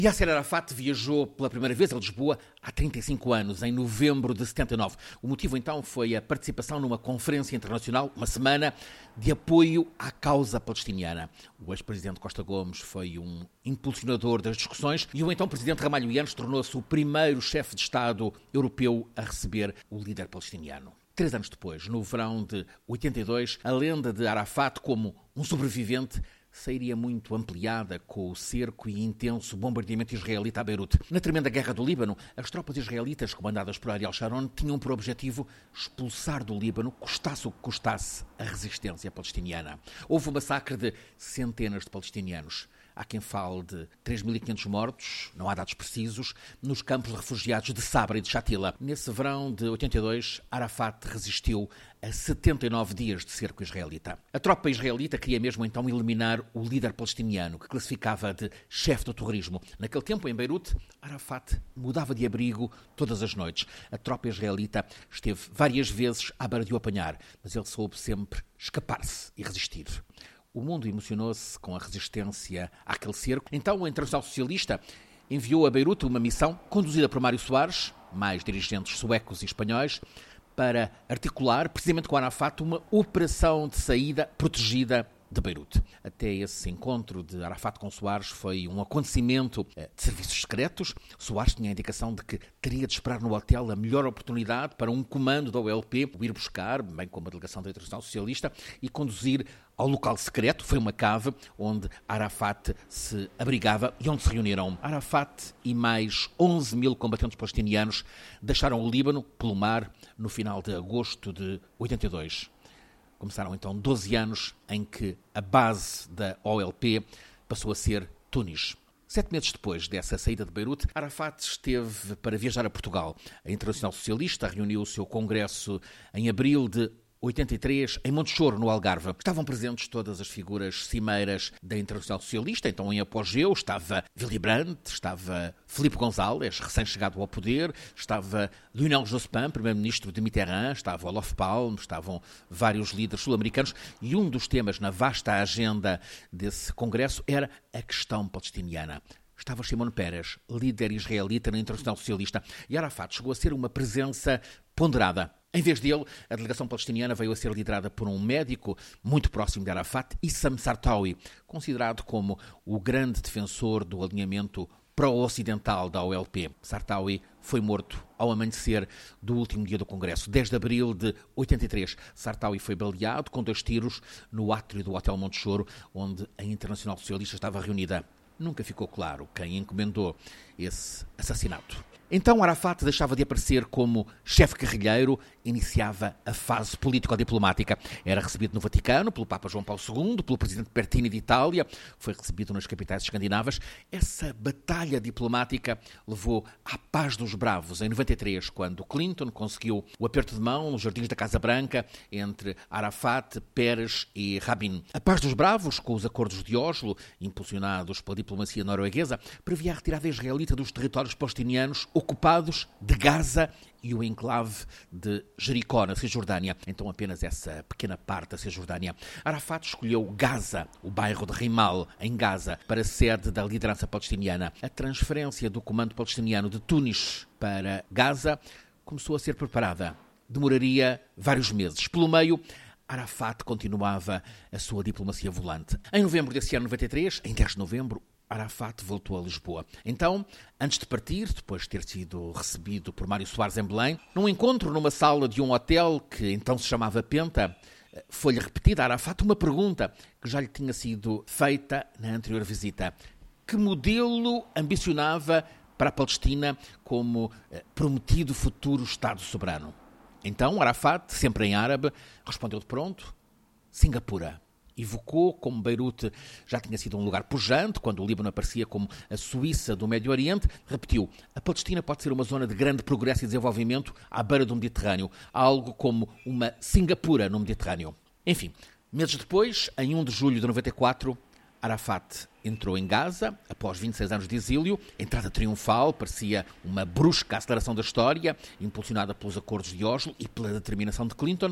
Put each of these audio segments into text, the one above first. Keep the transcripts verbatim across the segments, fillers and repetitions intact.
Yasser Arafat viajou pela primeira vez a Lisboa há trinta e cinco anos, em novembro de setenta e nove. O motivo, então, foi a participação numa conferência internacional, uma semana, de apoio à causa palestiniana. O ex-presidente Costa Gomes foi um impulsionador das discussões e o então presidente Ramalho Eanes tornou-se o primeiro chefe de Estado europeu a receber o líder palestiniano. Três anos depois, no verão de oitenta e dois, a lenda de Arafat como um sobrevivente sairia muito ampliada com o cerco e intenso bombardeamento israelita a Beirute. Na tremenda guerra do Líbano, as tropas israelitas, comandadas por Ariel Sharon, tinham por objetivo expulsar do Líbano, custasse o que custasse, a resistência palestiniana. Houve um massacre de centenas de palestinianos. Há quem fale de três mil e quinhentos mortos, não há dados precisos, nos campos de refugiados de Sabra e de Shatila. Nesse verão de oitenta e dois, Arafat resistiu a setenta e nove dias de cerco israelita. A tropa israelita queria mesmo então eliminar o líder palestiniano, que classificava de chefe do terrorismo. Naquele tempo, em Beirute, Arafat mudava de abrigo todas as noites. A tropa israelita esteve várias vezes à beira de o apanhar, mas ele soube sempre escapar-se e resistir. O mundo emocionou-se com a resistência àquele cerco. Então o Internacional Socialista enviou a Beirute uma missão conduzida por Mário Soares, mais dirigentes suecos e espanhóis, para articular, precisamente com Arafat, uma operação de saída protegida de Beirute. Até esse encontro de Arafat com Soares foi um acontecimento de serviços secretos. Soares tinha a indicação de que teria de esperar no hotel a melhor oportunidade para um comando da O L P o ir buscar, bem como a delegação da Internacional Socialista, e conduzir ao local secreto. Foi uma cave onde Arafat se abrigava e onde se reuniram. Arafat e mais onze mil combatentes palestinianos deixaram o Líbano pelo mar no final de agosto de oitenta e dois. Começaram então doze anos em que a base da O L P passou a ser Tunis. Sete meses depois dessa saída de Beirute, Arafat esteve para viajar a Portugal. A Internacional Socialista reuniu o seu congresso em abril de oitenta e três, em Montechoro, no Algarve. Estavam presentes todas as figuras cimeiras da Internacional Socialista, então em apogeu estava Willy Brandt, estava Filipe González, recém-chegado ao poder, estava Lionel Jospin, primeiro-ministro de Mitterrand, estava Olof Palme, estavam vários líderes sul-americanos, e um dos temas na vasta agenda desse congresso era a questão palestiniana. Estava Shimon Peres, líder israelita na Internacional Socialista, e Arafat chegou a ser uma presença ponderada. Em vez dele, a delegação palestiniana veio a ser liderada por um médico muito próximo de Arafat, Issam Sartawi, considerado como o grande defensor do alinhamento pró-ocidental da O L P. Sartawi foi morto ao amanhecer do último dia do Congresso. dez de abril de oitenta e três, Sartawi foi baleado com dois tiros no átrio do Hotel Montechoro, onde a Internacional Socialista estava reunida. Nunca ficou claro quem encomendou esse assassinato. Então Arafat deixava de aparecer como chefe guerrilheiro, iniciava a fase político-diplomática. Era recebido no Vaticano pelo Papa João Paulo segundo, pelo presidente Pertini de Itália, foi recebido nas capitais escandinavas. Essa batalha diplomática levou à paz dos bravos em noventa e três, quando Clinton conseguiu o aperto de mão nos jardins da Casa Branca entre Arafat, Peres e Rabin. A paz dos bravos, com os acordos de Oslo, impulsionados pela diplomacia norueguesa, previa a retirada israelita dos territórios palestinianos ocupados de Gaza e o enclave de Jericó, na Cisjordânia. Então apenas essa pequena parte da Cisjordânia. Arafat escolheu Gaza, o bairro de Rimal, em Gaza, para sede da liderança palestiniana. A transferência do comando palestiniano de Tunis para Gaza começou a ser preparada. Demoraria vários meses. Pelo meio, Arafat continuava a sua diplomacia volante. Em novembro desse ano noventa e três, em dez de novembro, Arafat voltou a Lisboa. Então, antes de partir, depois de ter sido recebido por Mário Soares em Belém, num encontro numa sala de um hotel que então se chamava Penta, foi-lhe repetida a Arafat uma pergunta que já lhe tinha sido feita na anterior visita. Que modelo ambicionava para a Palestina como prometido futuro Estado soberano? Então, Arafat, sempre em árabe, respondeu de pronto: Singapura. Evocou como Beirute já tinha sido um lugar pujante, quando o Líbano aparecia como a Suíça do Médio Oriente. Repetiu: a Palestina pode ser uma zona de grande progresso e desenvolvimento à beira do Mediterrâneo, algo como uma Singapura no Mediterrâneo. Enfim, meses depois, em um de julho de noventa e quatro, Arafat entrou em Gaza, após vinte e seis anos de exílio. Entrada triunfal, parecia uma brusca aceleração da história, impulsionada pelos acordos de Oslo e pela determinação de Clinton.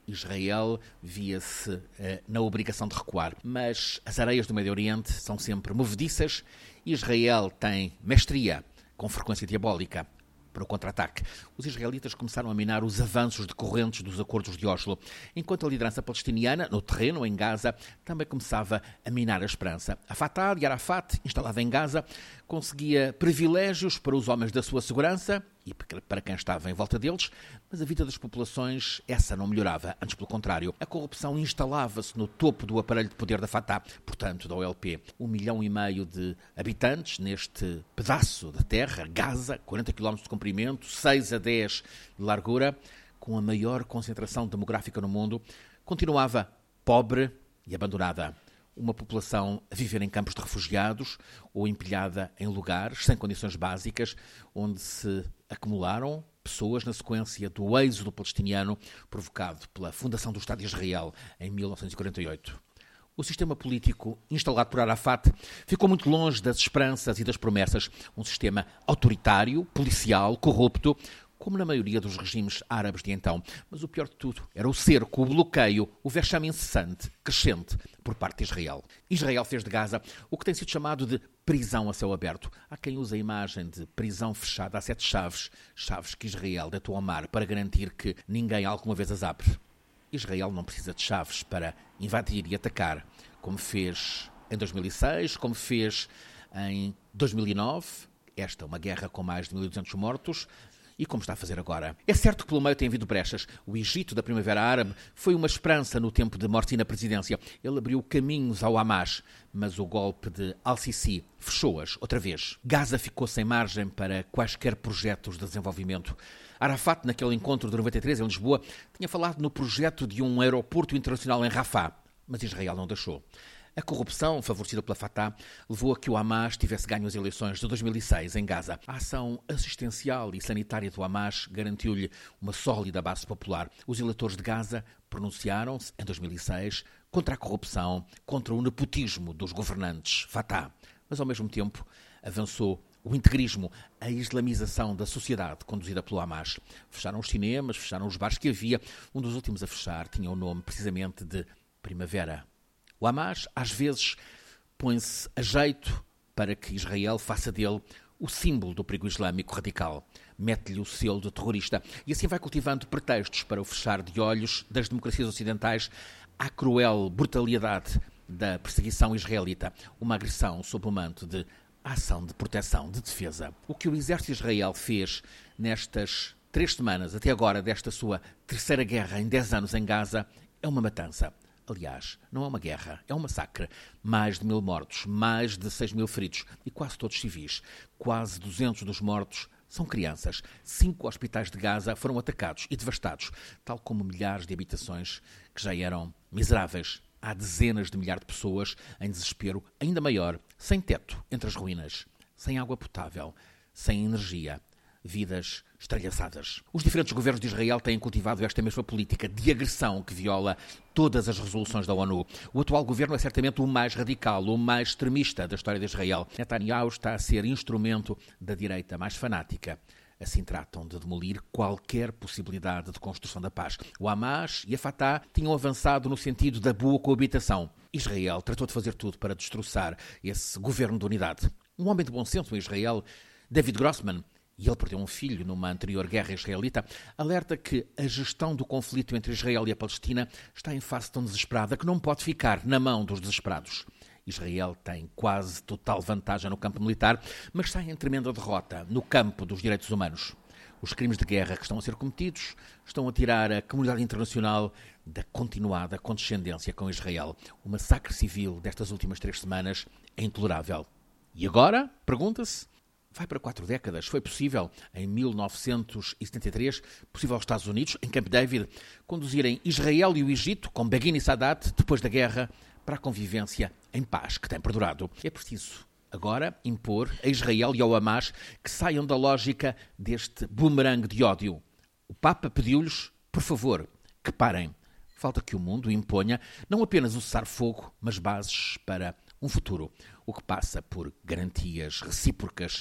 Israel via-se eh, na obrigação de recuar. Mas as areias do Médio Oriente são sempre movediças e Israel tem mestria, com frequência diabólica, para o contra-ataque. Os israelitas começaram a minar os avanços decorrentes dos acordos de Oslo, enquanto a liderança palestiniana, no terreno, em Gaza, também começava a minar a esperança. A Fatah de Arafat, instalada em Gaza, conseguia privilégios para os homens da sua segurança e para quem estava em volta deles, mas a vida das populações, essa não melhorava, antes pelo contrário. A corrupção instalava-se no topo do aparelho de poder da Fatah, portanto da O L P. Um milhão e meio de habitantes neste pedaço de terra, Gaza, quarenta quilómetros de comprimento, seis a dez de largura, com a maior concentração demográfica no mundo, continuava pobre e abandonada. Uma população a viver em campos de refugiados ou empilhada em lugares sem condições básicas, onde se acumularam pessoas na sequência do êxodo palestiniano provocado pela fundação do Estado de Israel em mil novecentos e quarenta e oito. O sistema político instalado por Arafat ficou muito longe das esperanças e das promessas. Um sistema autoritário, policial, corrupto, como na maioria dos regimes árabes de então. Mas o pior de tudo era o cerco, o bloqueio, o vexame incessante, crescente, por parte de Israel. Israel fez de Gaza o que tem sido chamado de prisão a céu aberto. Há quem use a imagem de prisão fechada a sete chaves, chaves que Israel deitou ao mar para garantir que ninguém alguma vez as abre. Israel não precisa de chaves para invadir e atacar, como fez em dois mil e seis, como fez em dois mil e nove. Esta é uma guerra com mais de mil e duzentos mortos. E como está a fazer agora. É certo que pelo meio tem havido brechas. O Egito da Primavera Árabe foi uma esperança no tempo de Morsi na presidência. Ele abriu caminhos ao Hamas, mas o golpe de Al-Sisi fechou-as outra vez. Gaza ficou sem margem para quaisquer projetos de desenvolvimento. Arafat, naquele encontro de noventa e três em Lisboa, tinha falado no projeto de um aeroporto internacional em Rafah, mas Israel não deixou. A corrupção, favorecida pela Fatah, levou a que o Hamas tivesse ganho as eleições de dois mil e seis em Gaza. A ação assistencial e sanitária do Hamas garantiu-lhe uma sólida base popular. Os eleitores de Gaza pronunciaram-se, em dois mil e seis, contra a corrupção, contra o nepotismo dos governantes Fatah. Mas, ao mesmo tempo, avançou o integrismo, a islamização da sociedade conduzida pelo Hamas. Fecharam os cinemas, fecharam os bares que havia. Um dos últimos a fechar tinha o nome, precisamente, de Primavera. O Hamas, às vezes, põe-se a jeito para que Israel faça dele o símbolo do perigo islâmico radical. Mete-lhe o selo de terrorista e assim vai cultivando pretextos para o fechar de olhos das democracias ocidentais à cruel brutalidade da perseguição israelita. Uma agressão sob o manto de ação de proteção, de defesa. O que o exército de Israel fez nestas três semanas, até agora, desta sua terceira guerra em dez anos em Gaza, é uma matança. Aliás, não é uma guerra, é um massacre. Mais de mil mortos, mais de seis mil feridos e quase todos civis. Quase duzentos dos mortos são crianças. Cinco hospitais de Gaza foram atacados e devastados, tal como milhares de habitações que já eram miseráveis. Há dezenas de milhares de pessoas em desespero ainda maior, sem teto entre as ruínas, sem água potável, sem energia. Vidas estralhaçadas. Os diferentes governos de Israel têm cultivado esta mesma política de agressão que viola todas as resoluções da ONU. O atual governo é certamente o mais radical, o mais extremista da história de Israel. Netanyahu está a ser instrumento da direita mais fanática. Assim tratam de demolir qualquer possibilidade de construção da paz. O Hamas e a Fatah tinham avançado no sentido da boa coabitação. Israel tratou de fazer tudo para destroçar esse governo de unidade. Um homem de bom senso em Israel, David Grossman, e ele perdeu um filho numa anterior guerra israelita, alerta que a gestão do conflito entre Israel e a Palestina está em fase tão desesperada que não pode ficar na mão dos desesperados. Israel tem quase total vantagem no campo militar, mas está em tremenda derrota no campo dos direitos humanos. Os crimes de guerra que estão a ser cometidos estão a tirar a comunidade internacional da continuada condescendência com Israel. O massacre civil destas últimas três semanas é intolerável. E agora, pergunta-se, vai para quatro décadas. Foi possível, em mil novecentos e setenta e três, possível aos Estados Unidos, em Camp David, conduzirem Israel e o Egito, com Begin e Sadat, depois da guerra, para a convivência em paz que tem perdurado. É preciso agora impor a Israel e ao Hamas que saiam da lógica deste bumerangue de ódio. O Papa pediu-lhes, por favor, que parem. Falta que o mundo imponha não apenas o cessar-fogo, mas bases para um futuro, o que passa por garantias recíprocas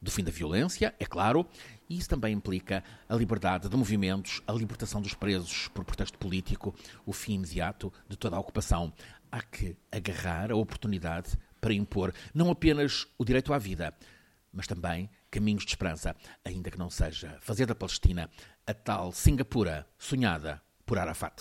do fim da violência, é claro, e isso também implica a liberdade de movimentos, a libertação dos presos por pretexto político, o fim imediato de toda a ocupação. Há que agarrar a oportunidade para impor não apenas o direito à vida, mas também caminhos de esperança, ainda que não seja fazer da Palestina a tal Singapura sonhada por Arafat.